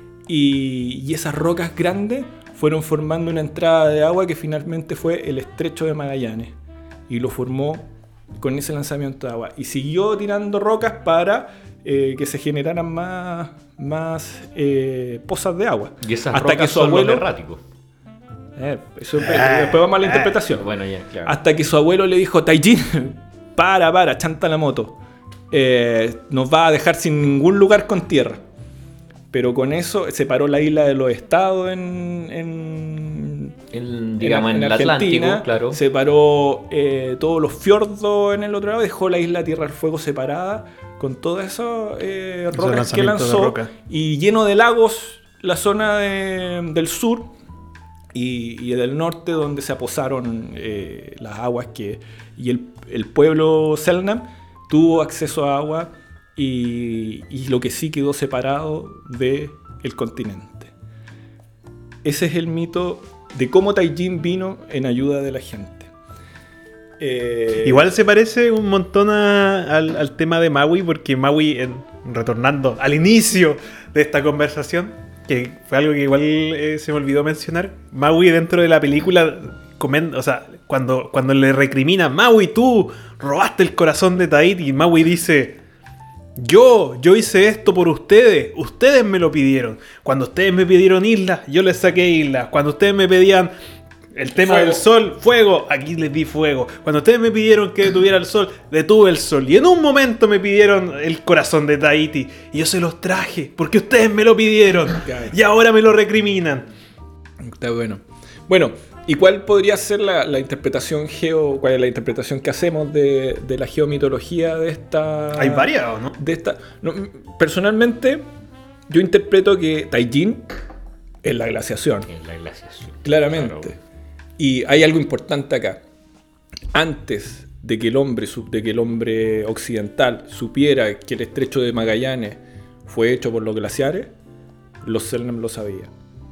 y esas rocas grandes fueron formando una entrada de agua que finalmente fue el estrecho de Magallanes, y lo formó con ese lanzamiento de agua, y siguió tirando rocas para que se generaran más pozas de agua. Y esas hasta rocas que su son abuelo los erráticos. después vamos a la interpretación. Bueno, ya, claro. Hasta que su abuelo le dijo: Taijin, para, chanta la moto. Nos va a dejar sin ningún lugar con tierra. Pero con eso separó la isla de los estados en Digamos, en el Argentina, Atlántico, claro. separó todos los fiordos en el otro lado, dejó la isla Tierra del Fuego separada con todas esas rocas que lanzamientos de lanzó, roca. y lleno de lagos la zona del sur y del norte, donde se aposaron las aguas y el pueblo Selknam tuvo acceso a agua, y lo que sí quedó separado del continente. Ese es el mito de cómo Taijin vino en ayuda de la gente. Igual se parece un montón al tema de Maui, porque Maui, retornando al inicio de esta conversación, que fue algo que igual se me olvidó mencionar, Maui dentro de la película, o sea, cuando le recrimina: Maui, tú robaste el corazón de Tahiti, y Maui dice: yo hice esto por ustedes me lo pidieron. Cuando ustedes me pidieron islas, yo les saqué islas. Cuando ustedes me pedían el tema Fuego. del sol, fuego, aquí les di fuego. Cuando ustedes me pidieron que detuviera el sol, detuve el sol. Y en un momento me pidieron el corazón de Tahiti, y yo se los traje porque ustedes me lo pidieron. Y ahora me lo recriminan. Está bueno. Bueno, ¿y cuál podría ser la interpretación cuál es la interpretación que hacemos de la geomitología de esta? Hay varias, ¿o no? Personalmente, yo interpreto que Taijin es la glaciación. En la glaciación. Claramente. Claro. Y hay algo importante acá. Antes de que el hombre occidental supiera que el estrecho de Magallanes fue hecho por los glaciares, los Selknam lo sabían.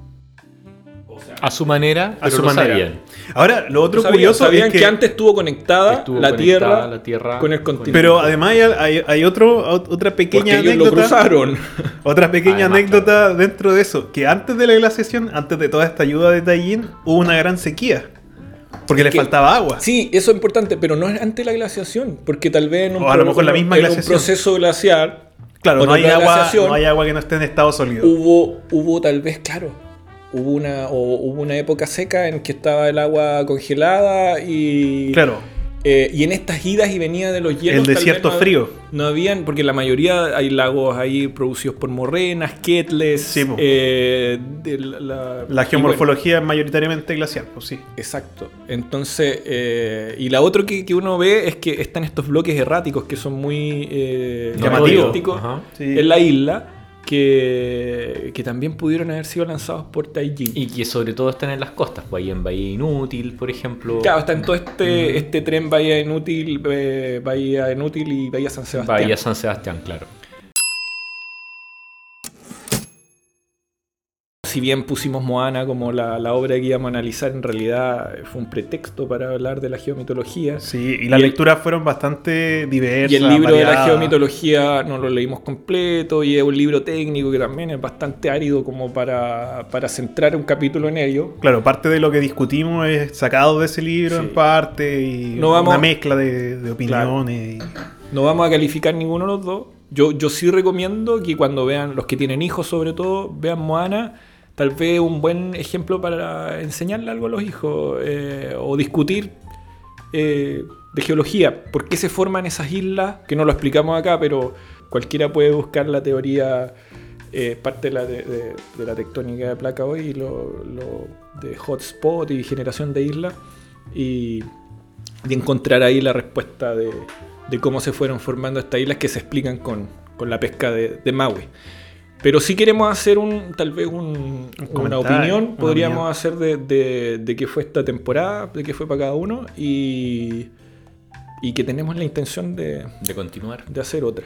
A su manera, A pero su lo manera. sabían. Ahora, lo otro curioso sabían es que antes estuvo conectada Estuvo la conectada tierra con el continente. Pero además hay otra pequeña porque ellos lo anécdota. cruzaron. Otra pequeña Además, anécdota dentro de eso, que antes de la glaciación, antes de toda esta ayuda de Taijin, hubo una gran sequía. Porque le faltaba agua. Sí, eso es importante, pero no es ante la glaciación, porque tal vez en O a lo mejor la misma en un glaciación. proceso glaciar, Claro, o no hay, otra agua, glaciación, no hay agua que no esté en estado sólido. hubo tal vez, claro, hubo una época seca en que estaba el agua congelada y... Claro, y en estas idas y venidas de los hielos... el tal desierto vez frío. No habían, porque la mayoría hay lagos ahí producidos por morrenas, ketles... Sí, po. La geomorfología es mayoritariamente glacial, pues sí. Exacto. Entonces, y la otra que uno ve es que están estos bloques erráticos que son muy Llamativos. característicos Ajá. Sí. en la isla, que también pudieron haber sido lanzados por Taijin. Y que sobre todo están en las costas, pues ahí en Bahía Inútil, por ejemplo. Claro, está en todo este tren Bahía Inútil y Bahía San Sebastián. Bahía San Sebastián, claro. Si bien pusimos Moana como la obra que íbamos a analizar, en realidad fue un pretexto para hablar de la geomitología. Sí, y las lecturas fueron bastante diversas. Y el libro de la variadas. geomitología no lo leímos completo y es un libro técnico que también es bastante árido como para centrar un capítulo en ello. Claro, parte de lo que discutimos es sacado de ese libro Sí. en parte y No vamos- una mezcla de opiniones. No vamos a calificar ninguno de los dos. Yo sí recomiendo que cuando vean, los que tienen hijos sobre todo, vean Moana. Tal vez un buen ejemplo para enseñarle algo a los hijos o discutir de geología. ¿Por qué se forman esas islas? Que no lo explicamos acá, pero cualquiera puede buscar la teoría, parte de la tectónica de placa hoy, y lo de hotspot y generación de islas, y encontrar ahí la respuesta de cómo se fueron formando estas islas que se explican con la pesca de Maui. Pero si queremos hacer tal vez una comentario, opinión, una podríamos opinión. hacer de qué fue esta temporada, de qué fue para cada uno, y que tenemos la intención de continuar. hacer otra.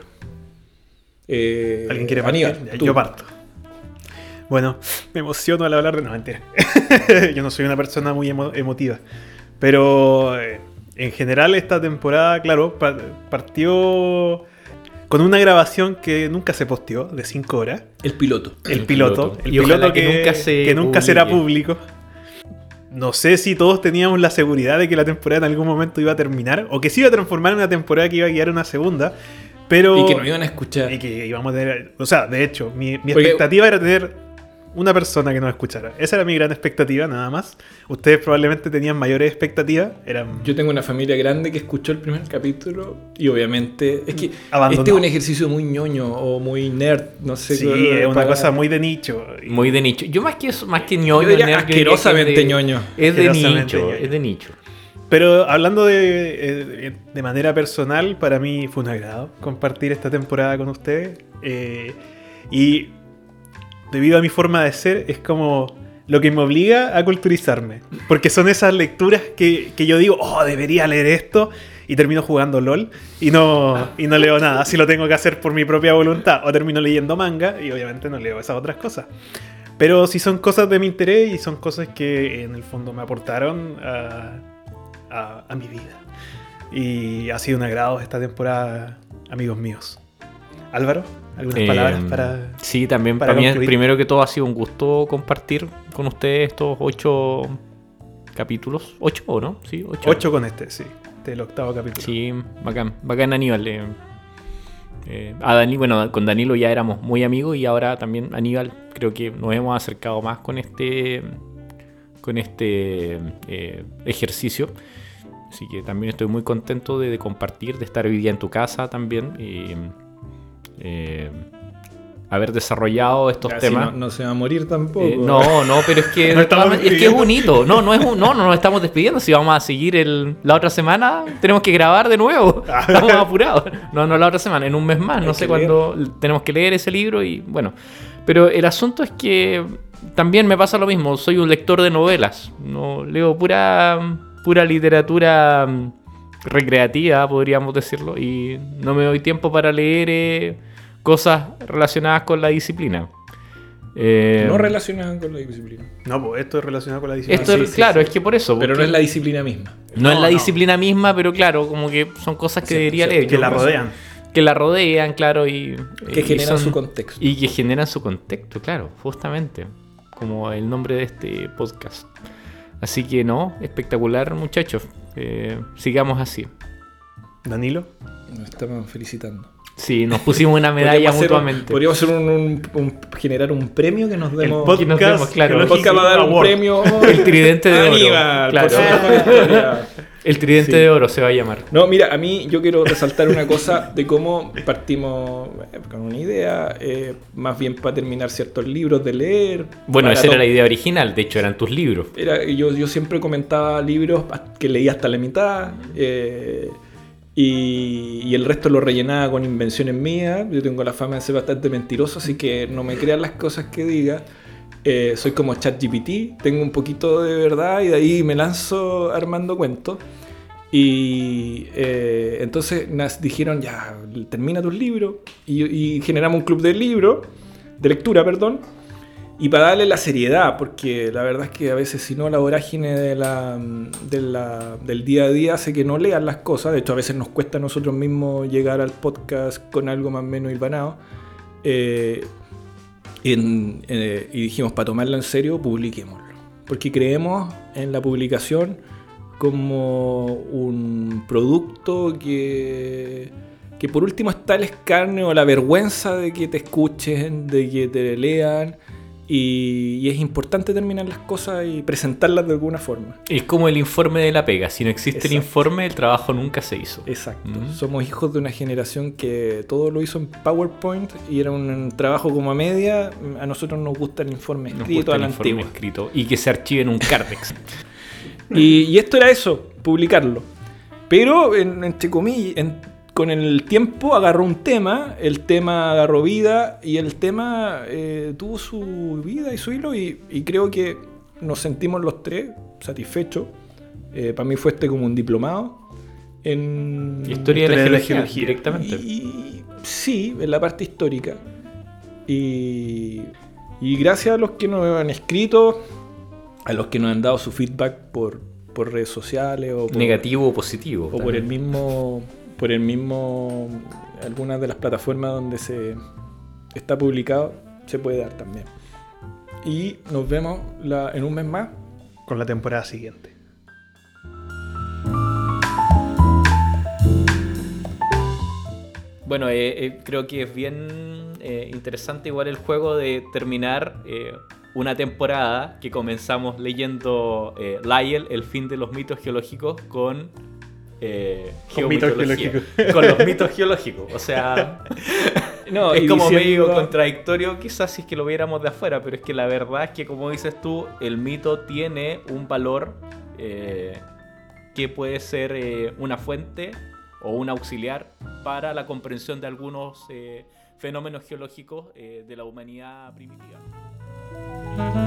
¿Alguien quiere partir? Aníbal, Ya, tú. yo parto. Bueno, me emociono al hablar de... No, mentira. Yo no soy una persona muy emotiva. Pero en general esta temporada, claro, partió con una grabación que nunca se posteó, de 5 horas. El piloto. El piloto. El Y ojalá piloto que nunca se será publique. público. No sé si todos teníamos la seguridad de que la temporada en algún momento iba a terminar, o que se iba a transformar en una temporada que iba a guiar una segunda, pero... Y que nos iban a escuchar. Y que íbamos a tener... O sea, de hecho, mi Porque- expectativa era tener una persona que nos escuchara. Esa era mi gran expectativa, nada más. Ustedes probablemente tenían mayores expectativas. Eran... Yo tengo una familia grande que escuchó el primer capítulo y obviamente es que Abandonó. este es un ejercicio muy ñoño o muy nerd, no sé. Sí, es una cosa muy de nicho. Muy de nicho. Yo más que ñoño, Yo diría nerd, yo diría que asquerosamente ñoño. Es de Asquerosamente nicho, ñoño. es de nicho. Pero hablando de manera personal, para mí fue un agrado compartir esta temporada con ustedes. Y debido a mi forma de ser, es como lo que me obliga a culturizarme. Porque son esas lecturas que yo digo, oh, debería leer esto. Y termino jugando LOL y no leo nada. Así lo tengo que hacer por mi propia voluntad. O termino leyendo manga y obviamente no leo esas otras cosas. Pero sí son cosas de mi interés y son cosas que en el fondo me aportaron a mi vida. Y ha sido un agrado esta temporada, amigos míos. Álvaro, ¿algunas palabras para...? Sí, también para para mí, concluir? primero que todo, ha sido un gusto compartir con ustedes estos 8 capítulos. 8, ¿o no? Sí, 8. 8 con este, sí. Este es el 8º capítulo. Sí, bacán Aníbal. Bueno, con Danilo ya éramos muy amigos y ahora también Aníbal creo que nos hemos acercado más con este ejercicio. Así que también estoy muy contento de compartir, de estar hoy día en tu casa también y haber desarrollado estos Casi temas. no se va a morir tampoco. No, pero es que No estamos es que es despidiendo. un hito. No nos estamos despidiendo. Si vamos a seguir la otra semana, tenemos que grabar de nuevo. Estamos apurados. No, la otra semana, en un mes más. No Hay sé que cuándo tenemos que leer ese libro y bueno. Pero el asunto es que también me pasa lo mismo. Soy un lector de novelas. No leo pura literatura recreativa, podríamos decirlo, y no me doy tiempo para leer cosas relacionadas con la disciplina. No relacionadas con la disciplina. No, pues esto es relacionado con la disciplina. Esto sí, es, sí, claro, sí. es que por eso. Pero porque no es la disciplina misma. no es No, la no. disciplina misma, pero claro, como que son cosas que Cierto, debería cierto. leer. Que Yo la creo rodean. Que la rodean, claro, y Que generan son- su contexto. Y que generan su contexto, claro, justamente. Como el nombre de este podcast. Así que no, espectacular, muchachos. Sigamos así. Danilo. Nos estamos felicitando. Sí, nos pusimos una medalla mutuamente. Podríamos hacer generar un premio que nos demos. Que nos demos, claro. El podcast va a dar un premio. El tridente de oro. Aníbal, Claro. por su mejor historia. El tridente de oro se va a llamar. No, mira, a mí yo quiero resaltar una cosa de cómo partimos con una idea, más bien para terminar ciertos libros de leer. Bueno, para esa era la idea original, de hecho eran tus libros. Yo siempre comentaba libros que leía hasta la mitad, y el resto lo rellenaba con invenciones mías. Yo tengo la fama de ser bastante mentiroso, así que no me crean las cosas que diga. Soy como ChatGPT, tengo un poquito de verdad y de ahí me lanzo armando cuentos. Y entonces nos dijeron, ya, termina tus libros. Y generamos un club de lectura, perdón. Y para darle la seriedad, porque la verdad es que a veces si no la vorágine del día a día hace que no lean las cosas. De hecho a veces nos cuesta a nosotros mismos llegar al podcast con algo más o menos hilvanado. Y dijimos, para tomarlo en serio, publiquémoslo. Porque creemos en la publicación como un producto que por último está el escarnio o la vergüenza de que te escuchen, de que te lean. Y es importante terminar las cosas y presentarlas de alguna forma. Es como el informe de la pega. Si no existe Exacto. el informe, el trabajo nunca se hizo. Exacto. Somos hijos de una generación que todo lo hizo en PowerPoint y era un trabajo como a media. A nosotros nos gusta el informe Nos escrito gusta a el la informe antigua. escrito y que se archive en un Cardex. Y esto era eso, publicarlo. Pero, entre comillas, con el tiempo agarró un tema, el tema agarró vida y el tema tuvo su vida y su hilo y creo que nos sentimos los tres satisfechos. Para mí fue como un diplomado en Historia de la geología, directamente. Y sí, en la parte histórica. Y gracias a los que nos han escrito, a los que nos han dado su feedback por redes sociales o por, negativo o positivo. o por el mismo algunas de las plataformas donde se está publicado se puede dar también. Y nos vemos en un mes más Con la temporada siguiente. Bueno, creo que es bien interesante igual el juego de terminar una temporada que comenzamos leyendo Lyell, el fin de los mitos geológicos, con mitos geomitología. geológicos. Con los mitos geológicos. O sea, No, es y como diciendo- medio contradictorio quizás si es que lo viéramos de afuera, pero es que la verdad es que, como dices tú, el mito tiene un valor que puede ser una fuente o un auxiliar para la comprensión de algunos fenómenos geológicos de la humanidad primitiva.